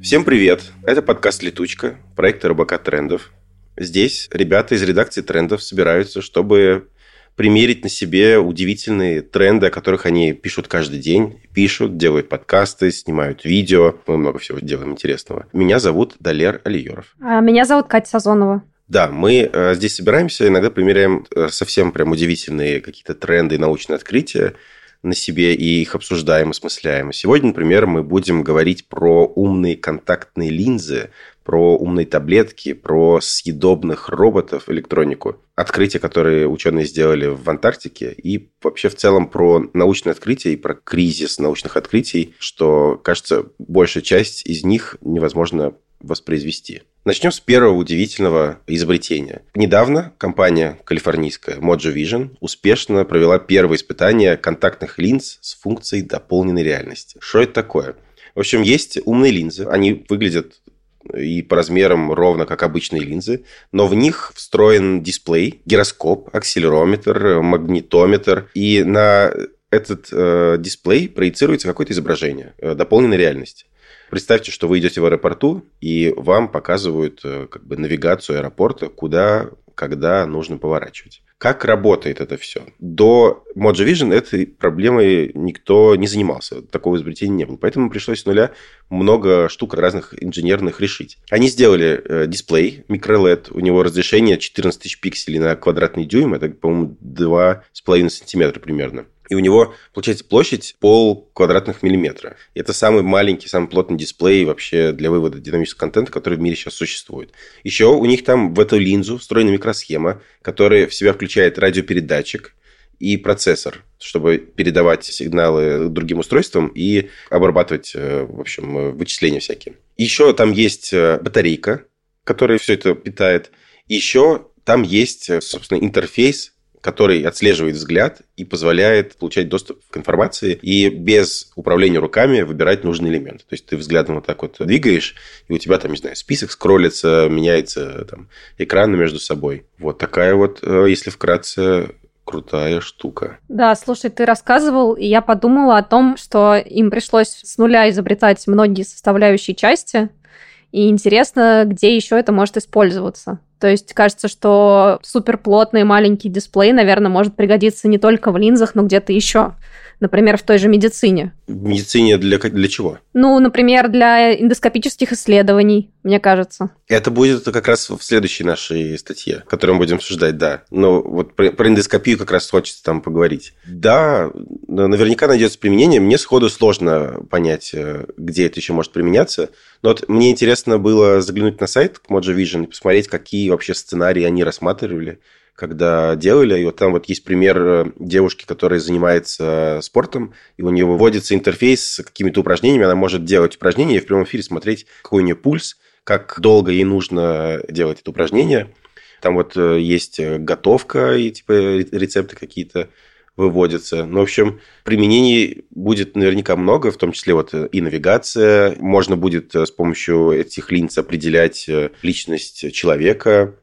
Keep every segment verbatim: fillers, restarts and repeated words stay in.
Всем привет! Это подкаст «Летучка», проект эр бэ ка Трендов. Здесь ребята из редакции Трендов собираются, чтобы примерить на себе удивительные тренды, о которых они пишут каждый день. Пишут, делают подкасты, снимают видео. Мы много всего делаем интересного. Меня зовут Далер Алиеров. А меня зовут Катя Сазонова. Да, мы э, здесь собираемся, иногда примеряем э, совсем прям удивительные какие-то тренды и научные открытия на себе и их обсуждаем, осмысляем. Сегодня, например, мы будем говорить про умные контактные линзы, про умные таблетки, про съедобных роботов, электронику. Открытия, которые ученые сделали в Антарктике, и вообще в целом про научные открытия и про кризис научных открытий, что, кажется, большая часть из них невозможно воспроизвести. Начнем с первого удивительного изобретения. Недавно компания калифорнийская Mojo Vision успешно провела первое испытание контактных линз с функцией дополненной реальности. Что это такое? В общем, есть умные линзы. Они выглядят и по размерам ровно как обычные линзы, но в них встроен дисплей, гироскоп, акселерометр, магнитометр, и на этот э, дисплей проецируется какое-то изображение э, дополненной реальности. Представьте, что вы идете в аэропорту, и вам показывают как бы навигацию аэропорта, куда, когда нужно поворачивать. Как работает это все? До Mojo Vision этой проблемой никто не занимался. Такого изобретения не было. Поэтому пришлось с нуля много штук разных инженерных решить. Они сделали э, дисплей, микро-эл и ди. У него разрешение четырнадцать тысяч пикселей на квадратный дюйм. Это, по-моему, два с половиной сантиметра примерно. И у него, получается, площадь пол квадратных миллиметра. И это самый маленький, самый плотный дисплей вообще для вывода динамического контента, который в мире сейчас существует. Еще у них там в эту линзу встроена микросхема, которая в себя включает радиопередатчик и процессор, чтобы передавать сигналы другим устройствам и обрабатывать, в общем, вычисления всякие. Еще там есть батарейка, которая все это питает. Еще там есть, собственно, интерфейс, который отслеживает взгляд и позволяет получать доступ к информации и без управления руками выбирать нужный элемент. То есть ты взглядом вот так вот двигаешь, и у тебя там, не знаю, список скроллится, меняется там экраны между собой. Вот такая вот, если вкратце, крутая штука. Да, слушай, ты рассказывал, и я подумала о том, что им пришлось с нуля изобретать многие составляющие части, и интересно, где еще это может использоваться. То есть кажется, что суперплотный маленький дисплей, наверное, может пригодиться не только в линзах, но где-то еще. Например, в той же медицине. В медицине для, для чего? Ну, например, для эндоскопических исследований, мне кажется. Это будет как раз в следующей нашей статье, которую мы будем обсуждать, да. Но вот про, про эндоскопию как раз хочется там поговорить. Да, наверняка найдется применение. Мне сходу сложно понять, где это еще может применяться. Но вот мне интересно было заглянуть на сайт Mojo Vision и посмотреть, какие вообще сценарии они рассматривали, когда делали. И вот там вот есть пример девушки, которая занимается спортом, и у нее выводится интерфейс с какими-то упражнениями. Она может делать упражнения и в прямом эфире смотреть, какой у нее пульс, как долго ей нужно делать это упражнение. Там вот есть готовка и типа рецепты какие-то выводятся. Ну, в общем, применений будет наверняка много, в том числе вот и навигация. Можно будет с помощью этих линз определять личность человека.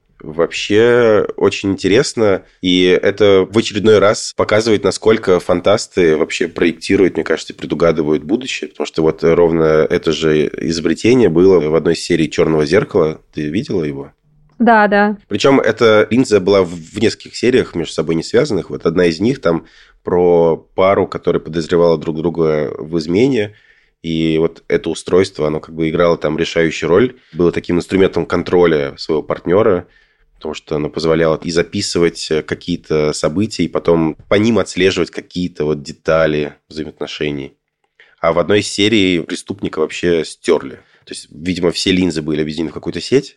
Вообще очень интересно, и это в очередной раз показывает, насколько фантасты вообще проектируют, мне кажется, и предугадывают будущее, потому что вот ровно это же изобретение было в одной серии «Черного зеркала». Ты видела его? Да, да. Причем эта линза была в нескольких сериях, между собой не связанных. Вот одна из них там про пару, которая подозревала друг друга в измене. И вот это устройство, оно как бы играло там решающую роль. Было таким инструментом контроля своего партнера, потому что оно позволяло и записывать какие-то события, и потом по ним отслеживать какие-то вот детали взаимоотношений. А в одной из серий преступника вообще стерли. То есть, видимо, все линзы были объединены в какую-то сеть,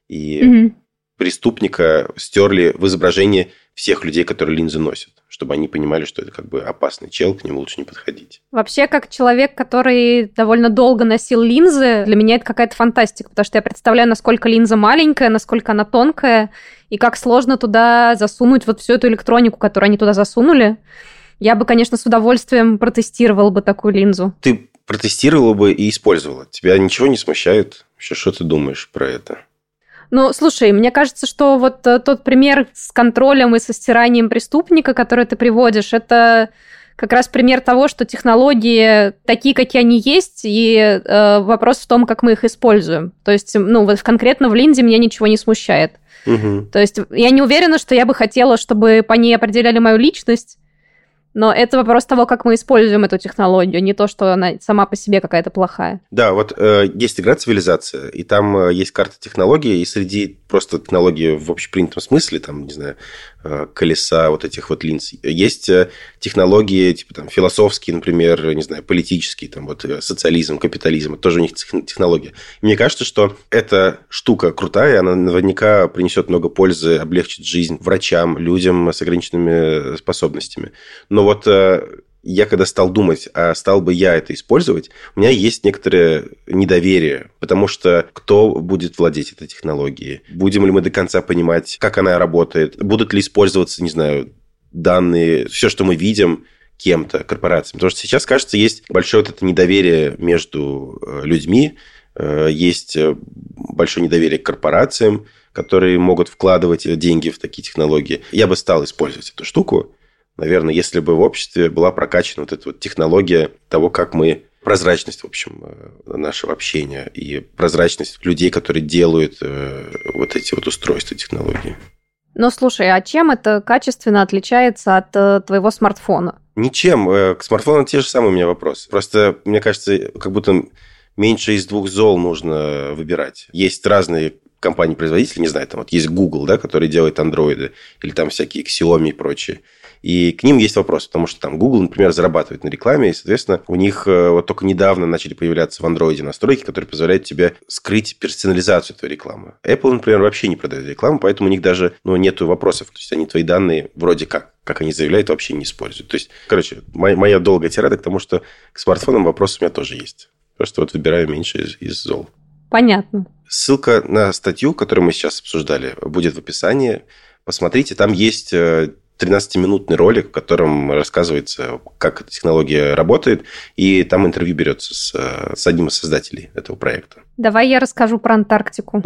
и mm-hmm. преступника стерли в изображении всех людей, которые линзы носят, чтобы они понимали, что это как бы опасный чел, к нему лучше не подходить. Вообще, как человек, который довольно долго носил линзы, для меня это какая-то фантастика, потому что я представляю, насколько линза маленькая, насколько она тонкая, и как сложно туда засунуть вот всю эту электронику, которую они туда засунули. Я бы, конечно, с удовольствием протестировала бы такую линзу. Ты протестировала бы и использовала. Тебя ничего не смущает? Вообще, что ты думаешь про это? Ну, слушай, мне кажется, что вот тот пример с контролем и со стиранием преступника, который ты приводишь, это как раз пример того, что технологии такие, какие они есть, и э, вопрос в том, как мы их используем. То есть, ну, вот конкретно в Линде меня ничего не смущает. Угу. То есть я не уверена, что я бы хотела, чтобы по ней определяли мою личность, но это вопрос того, как мы используем эту технологию, не то, что она сама по себе какая-то плохая. Да, вот э, есть игра «Цивилизация», и там э, есть карта технологий, и среди просто технологий в общепринятом смысле, там, не знаю, э, колеса, вот этих вот линз, есть э, технологии, типа, там, философские, например, не знаю, политические, там, вот, э, социализм, капитализм, это тоже у них технология. И мне кажется, что эта штука крутая, она наверняка принесет много пользы, облегчит жизнь врачам, людям с ограниченными способностями. Но вот я когда стал думать, а стал бы я это использовать, у меня есть некоторое недоверие, потому что кто будет владеть этой технологией? Будем ли мы до конца понимать, как она работает? Будут ли использоваться, не знаю, данные, все, что мы видим, кем-то, корпорациями? Потому что сейчас, кажется, есть большое вот это недоверие между людьми, есть большое недоверие к корпорациям, которые могут вкладывать деньги в такие технологии. Я бы стал использовать эту штуку, наверное, если бы в обществе была прокачана вот эта вот технология того, как мы... Прозрачность, в общем, нашего общения и прозрачность людей, которые делают вот эти вот устройства, технологии. Ну, слушай, а чем это качественно отличается от твоего смартфона? Ничем. К смартфону те же самые у меня вопросы. Просто, мне кажется, как будто меньше из двух зол нужно выбирать. Есть разные компании-производители, не знаю, там вот есть Google, да, который делает андроиды, или там всякие Xiaomi и прочие. И к ним есть вопрос, потому что там Google, например, зарабатывает на рекламе, и, соответственно, у них вот только недавно начали появляться в андроиде настройки, которые позволяют тебе скрыть персонализацию твоей рекламы. Apple, например, вообще не продает рекламу, поэтому у них даже ну, нету вопросов. То есть, они твои данные вроде как, как они заявляют, вообще не используют. То есть, короче, моя, моя долгая тирада к тому, что к смартфонам вопросы у меня тоже есть. Просто вот выбираю меньше из, из зол. Понятно. Ссылка на статью, которую мы сейчас обсуждали, будет в описании. Посмотрите, там есть тринадцатиминутный ролик, в котором рассказывается, как эта технология работает, и там интервью берется с, с одним из создателей этого проекта. Давай я расскажу про Антарктику.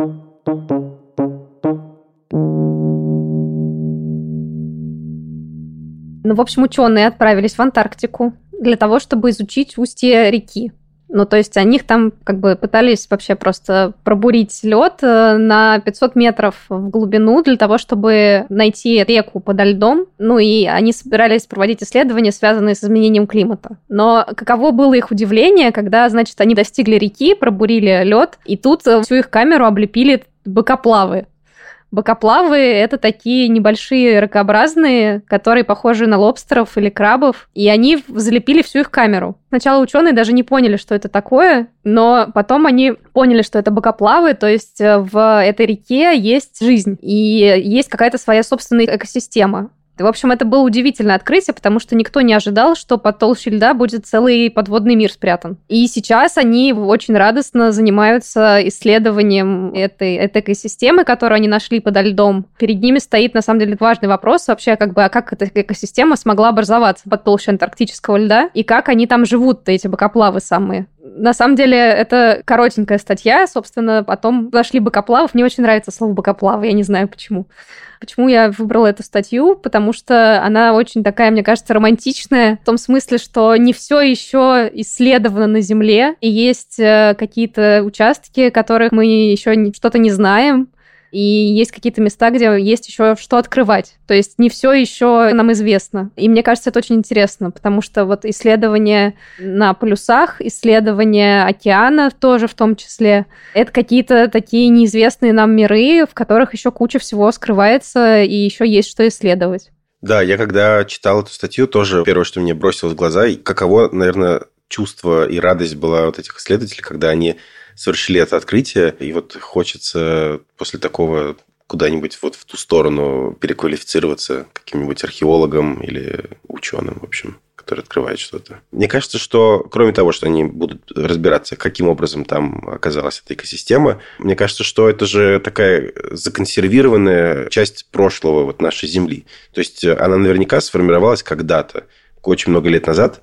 Ну, в общем, ученые отправились в Антарктику для того, чтобы изучить устье реки. Ну, то есть, они там как бы пытались вообще просто пробурить лед на пятьсот метров в глубину для того, чтобы найти реку подо льдом. Ну, и они собирались проводить исследования, связанные с изменением климата. Но каково было их удивление, когда, значит, они достигли реки, пробурили лед, и тут всю их камеру облепили быкоплавы. Быкоплавы – это такие небольшие ракообразные, которые похожи на лобстеров или крабов, и они залепили всю их камеру. Сначала ученые даже не поняли, что это такое, но потом они поняли, что это быкоплавы, то есть в этой реке есть жизнь, и есть какая-то своя собственная экосистема. В общем, это было удивительное открытие, потому что никто не ожидал, что под толщей льда будет целый подводный мир спрятан. И сейчас они очень радостно занимаются исследованием этой, этой экосистемы, которую они нашли подо льдом. Перед ними стоит, на самом деле, важный вопрос вообще, как бы, а как эта экосистема смогла образоваться под толщей антарктического льда, и как они там живут, эти быкоплавы самые. На самом деле, это коротенькая статья, собственно, потом нашли быкоплавов. Мне очень нравится слово «быкоплавы», я не знаю почему. Почему я выбрала эту статью? Потому что она очень такая, мне кажется, романтичная, в том смысле, что не все еще исследовано на Земле, и есть какие-то участки, которых мы еще что-то не знаем, и есть какие-то места, где есть еще что открывать. То есть не все еще нам известно. И мне кажется, это очень интересно, потому что вот исследования на полюсах, исследования океана тоже в том числе, это какие-то такие неизвестные нам миры, в которых еще куча всего скрывается, и еще есть что исследовать. Да, я когда читал эту статью, тоже первое, что мне бросилось в глаза, и каково, наверное, чувство и радость была вот этих исследователей, когда они совершили это открытие, и вот хочется после такого куда-нибудь вот в ту сторону переквалифицироваться каким-нибудь археологом или ученым, в общем, который открывает что-то. Мне кажется, что кроме того, что они будут разбираться, каким образом там оказалась эта экосистема, мне кажется, что это же такая законсервированная часть прошлого вот нашей Земли. То есть она наверняка сформировалась когда-то, очень много лет назад.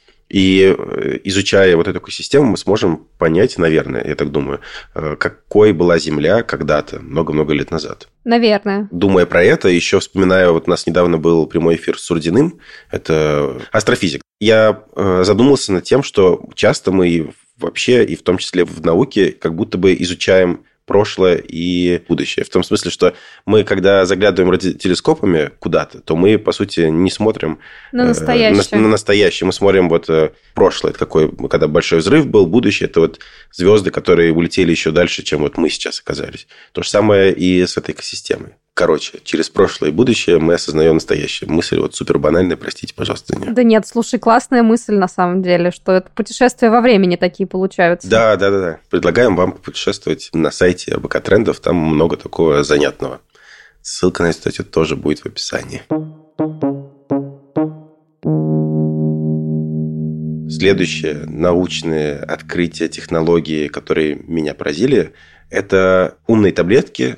И изучая вот эту экосистему, мы сможем понять, наверное, я так думаю, какой была Земля когда-то, много-много лет назад. Наверное. Думая про это, еще вспоминаю, вот у нас недавно был прямой эфир с Сурдиным, это астрофизик. Я задумался над тем, что часто мы вообще, и в том числе в науке, как будто бы изучаем прошлое и будущее. В том смысле, что мы, когда заглядываем радиотелескопами куда-то, то мы, по сути, не смотрим на настоящее. На, на настоящее. Мы смотрим вот прошлое. Это какой, когда большой взрыв был, будущее. Это вот звезды, которые улетели еще дальше, чем вот мы сейчас оказались. То же самое и с этой экосистемой. Короче, через прошлое и будущее мы осознаем настоящее. Мысль вот супер банальная, простите, пожалуйста, за нее. Да нет, слушай, классная мысль на самом деле, что это путешествия во времени такие получаются. Да, да, да, да. Предлагаем вам путешествовать на сайте эй би ка Трендов, там много такого занятного. Ссылка на это, кстати, тоже будет в описании. Следующее научное открытие технологии, которые меня поразили, это умные таблетки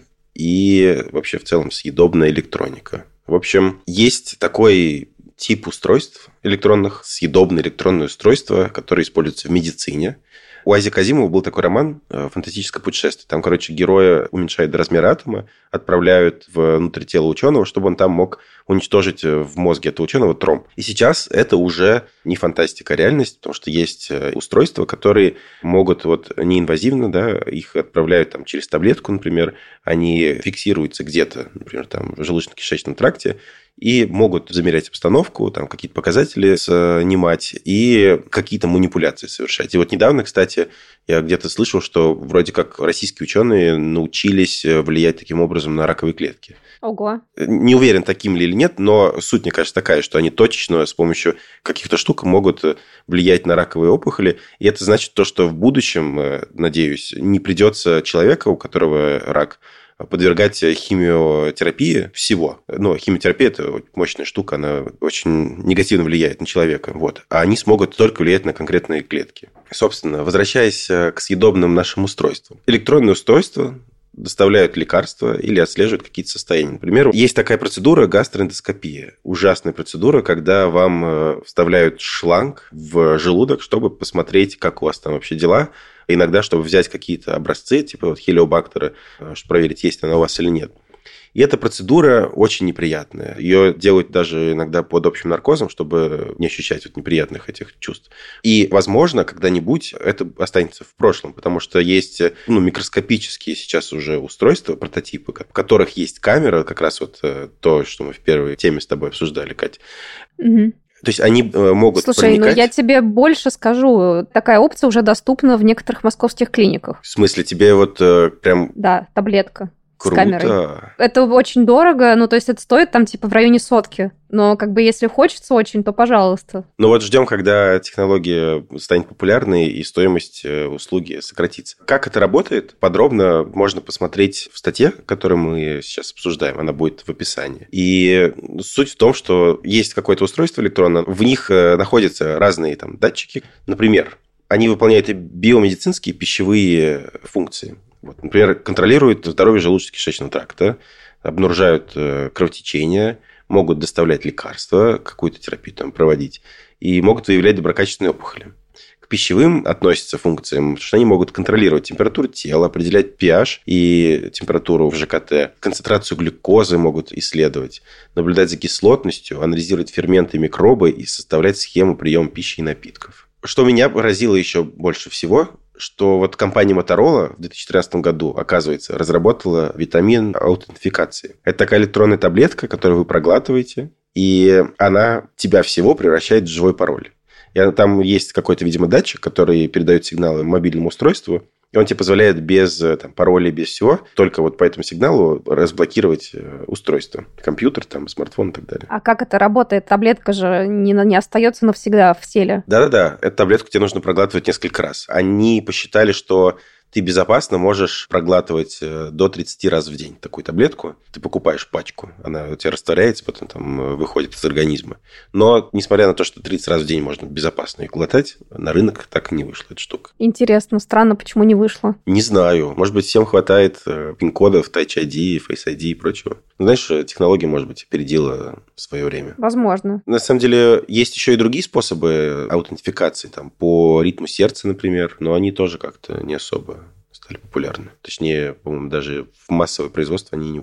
и вообще в целом съедобная электроника. В общем, есть такой тип устройств электронных, съедобные электронные устройства, которые используются в медицине. У Айзека Азимова был такой роман «Фантастическое путешествие». Там, короче, героя уменьшают до размера атома, отправляют внутрь тела ученого, чтобы он там мог уничтожить в мозге этого ученого тромб. И сейчас это уже не фантастика, а реальность, потому что есть устройства, которые могут вот неинвазивно, да, их отправляют там через таблетку, например, они фиксируются где-то, например, там в желудочно-кишечном тракте, и могут замерять обстановку, там какие-то показатели снимать и какие-то манипуляции совершать. И вот недавно, кстати, я где-то слышал, что вроде как российские ученые научились влиять таким образом на раковые клетки. Ого. Не уверен, таким ли или нет, но суть, мне кажется, такая, что они точечно с помощью каких-то штук могут влиять на раковые опухоли. И это значит то, что в будущем, надеюсь, не придется человека, у которого рак, подвергать химиотерапии всего. Но химиотерапия – это мощная штука, она очень негативно влияет на человека. Вот. А они смогут только влиять на конкретные клетки. Собственно, возвращаясь к съедобным нашим устройствам. Электронные устройства доставляют лекарства или отслеживают какие-то состояния. Например, есть такая процедура гастроэндоскопия. Ужасная процедура, когда вам вставляют шланг в желудок, чтобы посмотреть, как у вас там вообще дела. Иногда, чтобы взять какие-то образцы, типа вот хелиобактера, чтобы проверить, есть она у вас или нет. И эта процедура очень неприятная. Ее делают даже иногда под общим наркозом, чтобы не ощущать вот неприятных этих чувств. И, возможно, когда-нибудь это останется в прошлом, потому что есть ну, микроскопические сейчас уже устройства, прототипы, в которых есть камера, как раз вот то, что мы в первой теме с тобой обсуждали, Кать. Угу. То есть они могут Слушай, проникать... ну я тебе больше скажу. Такая опция уже доступна в некоторых московских клиниках. В смысле, тебе вот прям... Да, таблетка. Круто. С камерой. Это очень дорого, ну, то есть это стоит там типа в районе сотки. Но как бы если хочется очень, то пожалуйста. Ну вот ждем, когда технология станет популярной и стоимость услуги сократится. Как это работает? Подробно можно посмотреть в статье, которую мы сейчас обсуждаем. Она будет в описании. И суть в том, что есть какое-то устройство электронное, в них находятся разные там датчики. Например, они выполняют биомедицинские пищевые функции. Вот, например, контролируют здоровье желудочно-кишечного тракта, обнаружают кровотечение, могут доставлять лекарства, какую-то терапию там проводить, и могут выявлять доброкачественные опухоли. К пищевым относятся функциям, что они могут контролировать температуру тела, определять pH и температуру в ЖКТ, концентрацию глюкозы могут исследовать, наблюдать за кислотностью, анализировать ферменты и микробы и составлять схему приема пищи и напитков. Что меня поразило еще больше всего, что вот компания Motorola в две тысячи тринадцатом году, оказывается, разработала витамин аутентификации. Это такая электронная таблетка, которую вы проглатываете, и она тебя всего превращает в живой пароль. И там есть какой-то, видимо, датчик, который передает сигналы мобильному устройству, и он тебе позволяет без там, паролей, без всего, только вот по этому сигналу разблокировать устройство. Компьютер, там, смартфон и так далее. А как это работает? Таблетка же не, не остается навсегда в теле. Да-да-да. Эту таблетку тебе нужно проглатывать несколько раз. Они посчитали, что ты безопасно можешь проглатывать до тридцати раз в день такую таблетку. Ты покупаешь пачку, она у тебя растворяется, потом там выходит из организма. Но, несмотря на то, что тридцать раз в день можно безопасно их глотать, на рынок так и не вышла эта штука. Интересно, странно, почему не вышло? Не знаю. Может быть, всем хватает пин-кодов, Touch ай ди, Face ай ди и прочего. Знаешь, технология, может быть, опередила в свое время. Возможно. На самом деле, есть еще и другие способы аутентификации, там, по ритму сердца, например, но они тоже как-то не особо стали популярны. Точнее, по-моему, даже в массовое производство они не вышли.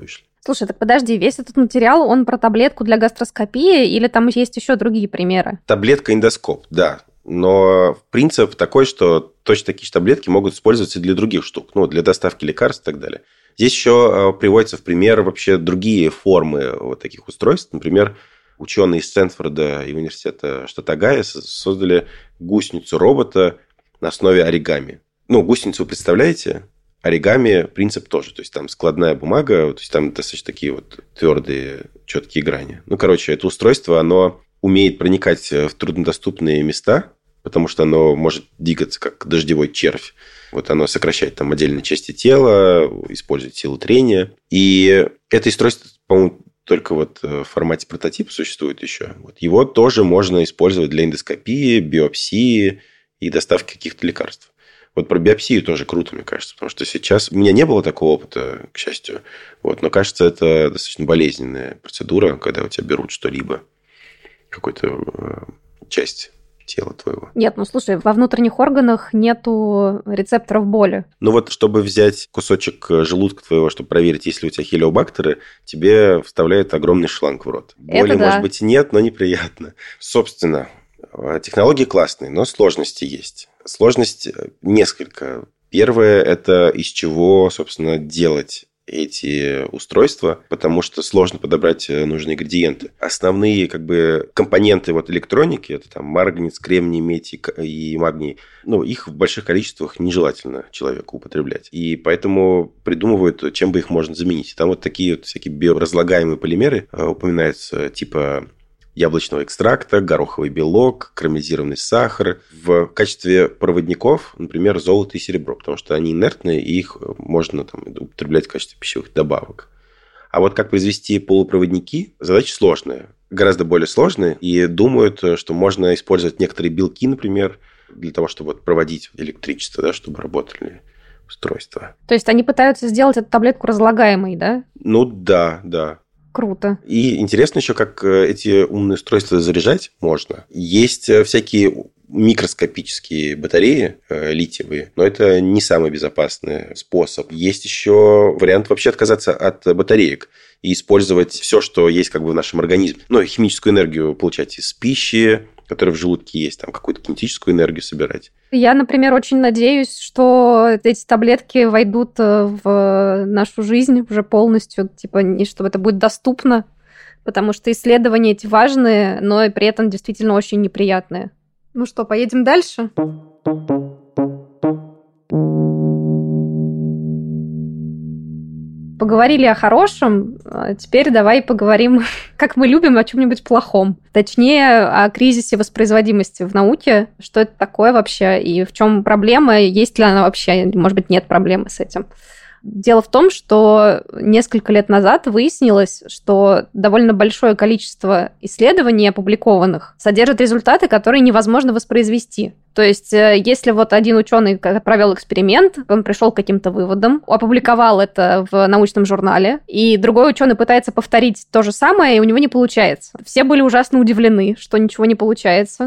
Слушай, так подожди, весь этот материал, он про таблетку для гастроскопии или там есть еще другие примеры? Таблетка-эндоскоп, да. Но принцип такой, что точно такие же таблетки могут использоваться и для других штук, ну, для доставки лекарств и так далее. Здесь еще приводятся в пример вообще другие формы вот таких устройств. Например, ученые из Стэнфорда и университета штата Огайо создали гусеницу-робота на основе оригами. Ну, гусеницу вы представляете? Оригами принцип тоже. То есть, там складная бумага, то есть, там достаточно такие вот твердые, четкие грани. Ну, короче, это устройство, оно умеет проникать в труднодоступные места, потому что оно может двигаться, как дождевой червь. Вот оно сокращает там отдельные части тела, использует силу трения. И это устройство, по-моему, только вот в формате прототипа существует еще. Вот его тоже можно использовать для эндоскопии, биопсии и доставки каких-то лекарств. Вот про биопсию тоже круто, мне кажется, потому что сейчас... У меня не было такого опыта, к счастью. Вот, но, кажется, это достаточно болезненная процедура, когда у тебя берут что-либо, какую-то часть тела твоего. Нет, ну слушай, во внутренних органах нету рецепторов боли. Ну вот, чтобы взять кусочек желудка твоего, чтобы проверить, есть ли у тебя хелиобактеры, тебе вставляют огромный шланг в рот. Боли, это да. Может быть, и нет, но неприятно. Собственно, технологии классные, но сложности есть. Сложность несколько. Первое – это из чего, собственно, делать эти устройства, потому что сложно подобрать нужные ингредиенты. Основные как бы компоненты вот электроники, это там марганец, кремний, медь и магний, ну, их в больших количествах нежелательно человеку употреблять. И поэтому придумывают, чем бы их можно заменить. Там вот такие вот всякие биоразлагаемые полимеры упоминаются, типа яблочного экстракта, гороховый белок, карамелизированный сахар. В качестве проводников, например, золото и серебро, потому что они инертные, и их можно там употреблять в качестве пищевых добавок. А вот как произвести полупроводники, задача сложная, гораздо более сложная, и думают, что можно использовать некоторые белки, например, для того, чтобы вот проводить электричество, да, чтобы работали устройства. То есть они пытаются сделать эту таблетку разлагаемой, да? Ну да, да. Круто. И интересно еще, как эти умные устройства заряжать можно. Есть всякие микроскопические батареи э, литиевые, но это не самый безопасный способ. Есть еще вариант вообще отказаться от батареек и использовать все, что есть как бы в нашем организме. Ну, химическую энергию получать из пищи, которая в желудке есть, там какую-то кинетическую энергию собирать. Я, например, очень надеюсь, что эти таблетки войдут в нашу жизнь уже полностью, типа, и чтобы это будет доступно, потому что исследования эти важные, но и при этом действительно очень неприятные. Ну что, поедем дальше? Поговорили о хорошем, а теперь давай поговорим, как мы любим, о чем-нибудь плохом. Точнее, о кризисе воспроизводимости в науке. Что это такое вообще и в чем проблема, есть ли она вообще, может быть, нет проблемы с этим. Дело в том, что несколько лет назад выяснилось, что довольно большое количество исследований опубликованных содержат результаты, которые невозможно воспроизвести. То есть, если вот один ученый провел эксперимент, он пришел к каким-то выводам, опубликовал это в научном журнале, и другой ученый пытается повторить то же самое, и у него не получается. Все были ужасно удивлены, что ничего не получается.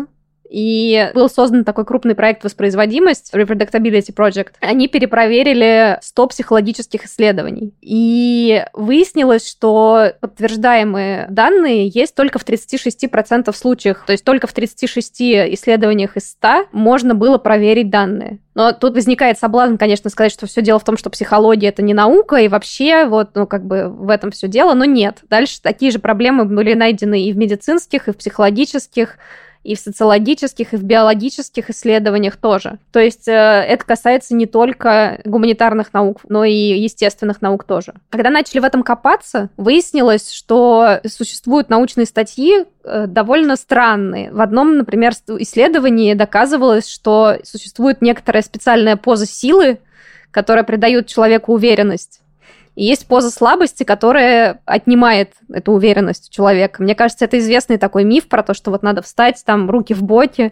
И был создан такой крупный проект «Воспроизводимость», Reproducibility Project. Они перепроверили сто психологических исследований. И выяснилось, что подтверждаемые данные есть только в тридцати шести процентах случаев. То есть только в тридцати шести исследованиях из ста можно было проверить данные. Но тут возникает соблазн, конечно, сказать, что все дело в том, что психология – это не наука, и вообще вот, ну, как бы в этом все дело. Но нет. Дальше такие же проблемы были найдены и в медицинских, и в психологических, и в социологических, и в биологических исследованиях тоже. То есть э, это касается не только гуманитарных наук, но и естественных наук тоже. Когда начали в этом копаться, выяснилось, что существуют научные статьи э, довольно странные. В одном, например, исследовании доказывалось, что существует некоторая специальная поза силы, которая придает человеку уверенность. И есть поза слабости, которая отнимает эту уверенность у человека. Мне кажется, это известный такой миф про то, что вот надо встать, там, руки в боки,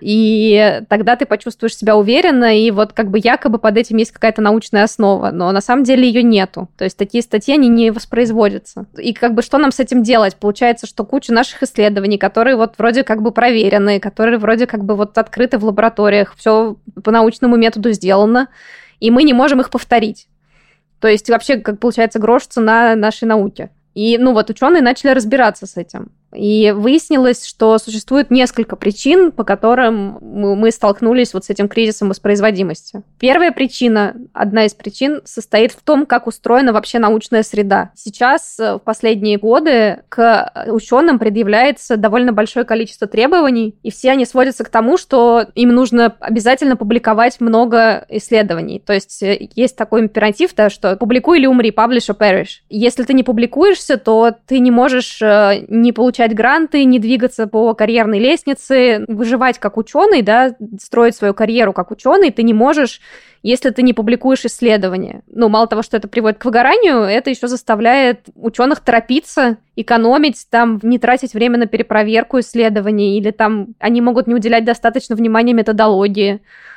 и тогда ты почувствуешь себя уверенно, и вот как бы якобы под этим есть какая-то научная основа, но на самом деле ее нету. То есть такие статьи, они не воспроизводятся. И как бы что нам с этим делать? Получается, что куча наших исследований, которые вот вроде как бы проверены, которые вроде как бы вот открыты в лабораториях, все по научному методу сделано, и мы не можем их повторить. То есть вообще, как получается, грош цена нашей науки. И, ну вот, ученые начали разбираться с этим. И выяснилось, что существует несколько причин, по которым мы столкнулись вот с этим кризисом воспроизводимости. Первая причина, одна из причин, состоит в том, как устроена вообще научная среда. Сейчас, в последние годы, к ученым предъявляется довольно большое количество требований, и все они сводятся к тому, что им нужно обязательно публиковать много исследований. То есть есть такой императив, да, что публикуй или умри, publish or perish. Если ты не публикуешься, то ты не можешь не получать гранты, не двигаться по карьерной лестнице, выживать как ученый, да, строить свою карьеру как ученый, ты не можешь, если ты не публикуешь исследования. Ну, мало того, что это приводит к выгоранию, это еще заставляет ученых торопиться, экономить, там, не тратить время на перепроверку исследований, или там они могут не уделять достаточно внимания методологии.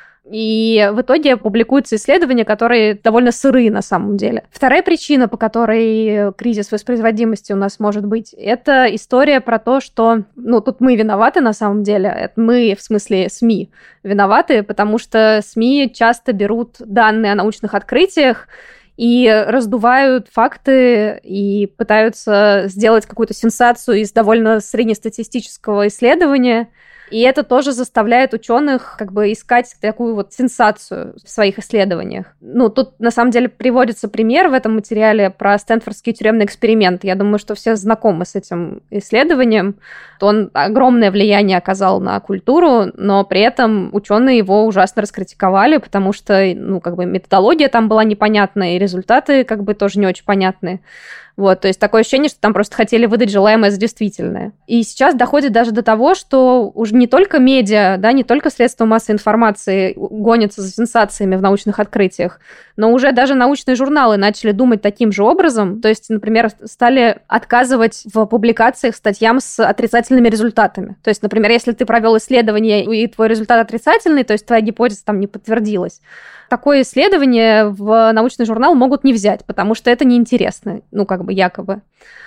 И в итоге публикуются исследования, которые довольно сырые на самом деле. Вторая причина, по которой кризис воспроизводимости у нас может быть, это история про то, что, ну, тут мы виноваты на самом деле. Это мы, в смысле СМИ, виноваты, потому что СМИ часто берут данные о научных открытиях и раздувают факты и пытаются сделать какую-то сенсацию из довольно среднестатистического исследования. И это тоже заставляет ученых как бы искать такую вот сенсацию в своих исследованиях. Ну, тут на самом деле приводится пример в этом материале про Стэнфордский тюремный эксперимент. Я думаю, что все знакомы с этим исследованием. Он огромное влияние оказал на культуру, но при этом ученые его ужасно раскритиковали, потому что, ну, как бы методология там была непонятная, и результаты как бы тоже не очень понятные. Вот, то есть такое ощущение, что там просто хотели выдать желаемое за действительное. И сейчас доходит даже до того, что уже не только медиа, да, не только средства массовой информации гонятся за сенсациями в научных открытиях, но уже даже научные журналы начали думать таким же образом. То есть, например, стали отказывать в публикациях статьям с отрицательными результатами. То есть, например, если ты провел исследование, и твой результат отрицательный, то есть твоя гипотеза там не подтвердилась, такое исследование в научный журнал могут не взять, потому что это неинтересно, ну, как бы якобы.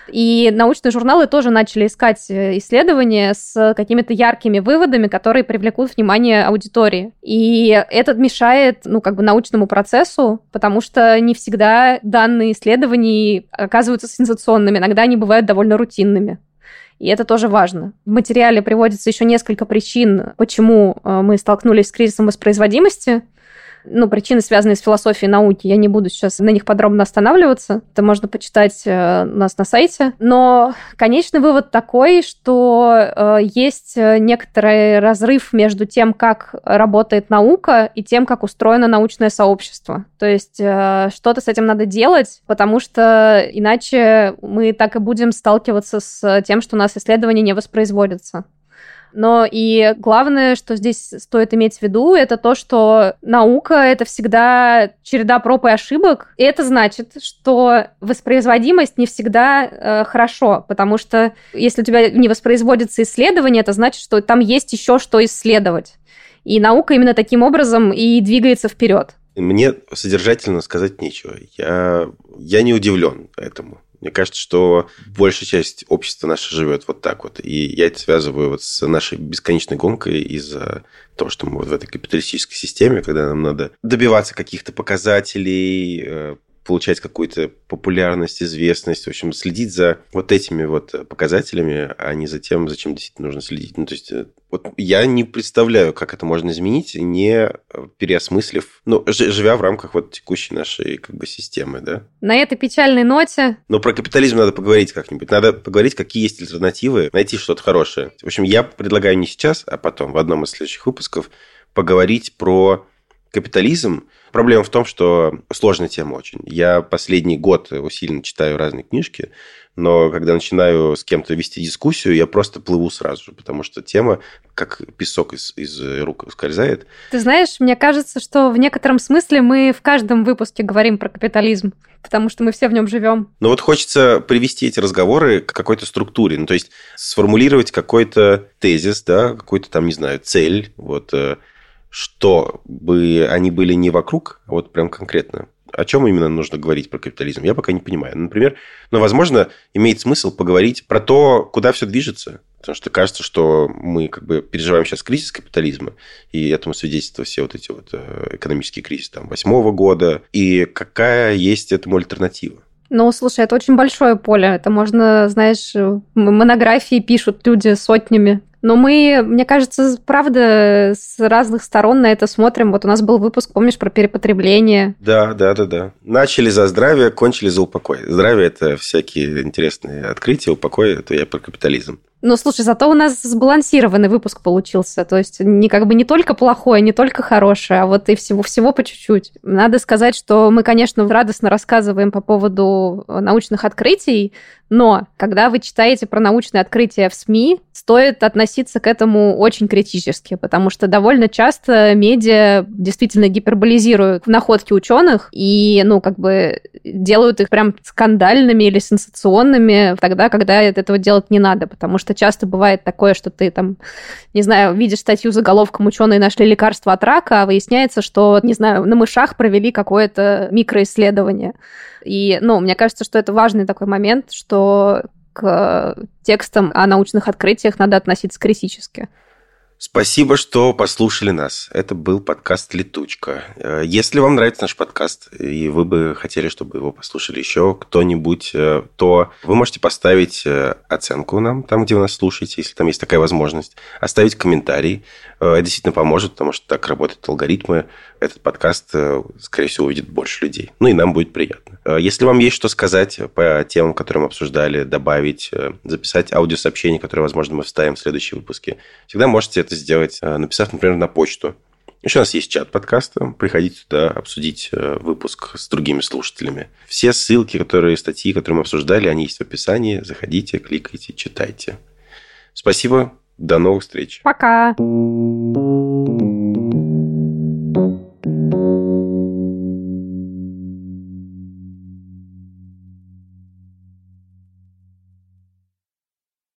И научные журналы тоже начали искать исследования с какими-то яркими выводами, которые привлекут внимание аудитории. И это мешает, ну, как бы научному процессу, потому что не всегда данные исследований оказываются сенсационными, иногда они бывают довольно рутинными. И это тоже важно. В материале приводится еще несколько причин, почему мы столкнулись с кризисом воспроизводимости. Ну, причины, связанные с философией науки, я не буду сейчас на них подробно останавливаться. Это можно почитать у нас на сайте. Но конечный вывод такой, что э, есть некоторый разрыв между тем, как работает наука, и тем, как устроено научное сообщество. То есть э, что-то с этим надо делать, потому что иначе мы так и будем сталкиваться с тем, что у нас исследования не воспроизводятся. Но и главное, что здесь стоит иметь в виду, это то, что наука — это всегда череда проб и ошибок. И это значит, что воспроизводимость не всегда э, хорошо, потому что если у тебя не воспроизводится исследование, это значит, что там есть еще что исследовать. И наука именно таким образом и двигается вперед. Мне содержательно сказать нечего. Я, я не удивлен этому. Мне кажется, что большая часть общества наше живет вот так вот. И я это связываю вот с нашей бесконечной гонкой из-за того, что мы вот в этой капиталистической системе, когда нам надо добиваться каких-то показателей, получать какую-то популярность, известность, в общем, следить за вот этими вот показателями, а не за тем, зачем действительно нужно следить. Ну, то есть, вот я не представляю, как это можно изменить, не переосмыслив, ну, живя в рамках вот текущей нашей как бы системы, да. На этой печальной ноте... Но про капитализм надо поговорить как-нибудь. Надо поговорить, какие есть альтернативы, найти что-то хорошее. В общем, я предлагаю не сейчас, а потом, в одном из следующих выпусков, поговорить про капитализм. Проблема в том, что сложная тема очень. Я последний год усиленно читаю разные книжки, но когда начинаю с кем-то вести дискуссию, я просто плыву сразу же, потому что тема как песок из, из рук ускользает. Ты знаешь, мне кажется, что в некотором смысле мы в каждом выпуске говорим про капитализм, потому что мы все в нем живем. Но вот хочется привести эти разговоры к какой-то структуре, ну, то есть сформулировать какой-то тезис, да, какую-то там, не знаю, цель, вот, чтобы они были не вокруг, а вот прям конкретно. О чем именно нужно говорить про капитализм, я пока не понимаю. Например, ну, возможно, имеет смысл поговорить про то, куда все движется. Потому что кажется, что мы как бы переживаем сейчас кризис капитализма, и этому свидетельство все вот эти вот экономические кризисы там восьмого года. И какая есть этому альтернатива? Ну, слушай, это очень большое поле. Это можно, знаешь, монографии пишут люди сотнями. Но мы, мне кажется, правда, с разных сторон на это смотрим. Вот у нас был выпуск, помнишь, про перепотребление. Да, да, да, да. Начали за здравие, кончили за упокой. Здравие – это всякие интересные открытия, упокой – это я про капитализм. Ну, слушай, зато у нас сбалансированный выпуск получился. То есть не как бы не только плохое, не только хорошее, а вот и всего-всего по чуть-чуть. Надо сказать, что мы, конечно, радостно рассказываем по поводу научных открытий, но когда вы читаете про научные открытия в СМИ, стоит относиться к этому очень критически, потому что довольно часто медиа действительно гиперболизируют находки ученых и, ну, как бы делают их прям скандальными или сенсационными тогда, когда этого делать не надо, потому что часто бывает такое, что ты там, не знаю, видишь статью заголовком «Ученые нашли лекарство от рака», а выясняется, что, не знаю, на мышах провели какое-то микроисследование. И, ну, мне кажется, что это важный такой момент, что к текстам о научных открытиях надо относиться критически. Спасибо, что послушали нас. Это был подкаст «Летучка». Если вам нравится наш подкаст, и вы бы хотели, чтобы его послушали еще кто-нибудь, то вы можете поставить оценку нам, там, где вы нас слушаете, если там есть такая возможность, оставить комментарий. Это действительно поможет, потому что так работают алгоритмы. Этот подкаст, скорее всего, увидит больше людей. Ну, и нам будет приятно. Если вам есть что сказать по темам, которые мы обсуждали, добавить, записать аудиосообщение, которое, возможно, мы вставим в следующие выпуски, всегда можете это сделать, написав, например, на почту. Еще у нас есть чат подкаста. Приходите туда обсудить выпуск с другими слушателями. Все ссылки, которые, статьи, которые мы обсуждали, они есть в описании. Заходите, кликайте, читайте. Спасибо. До новых встреч. Пока.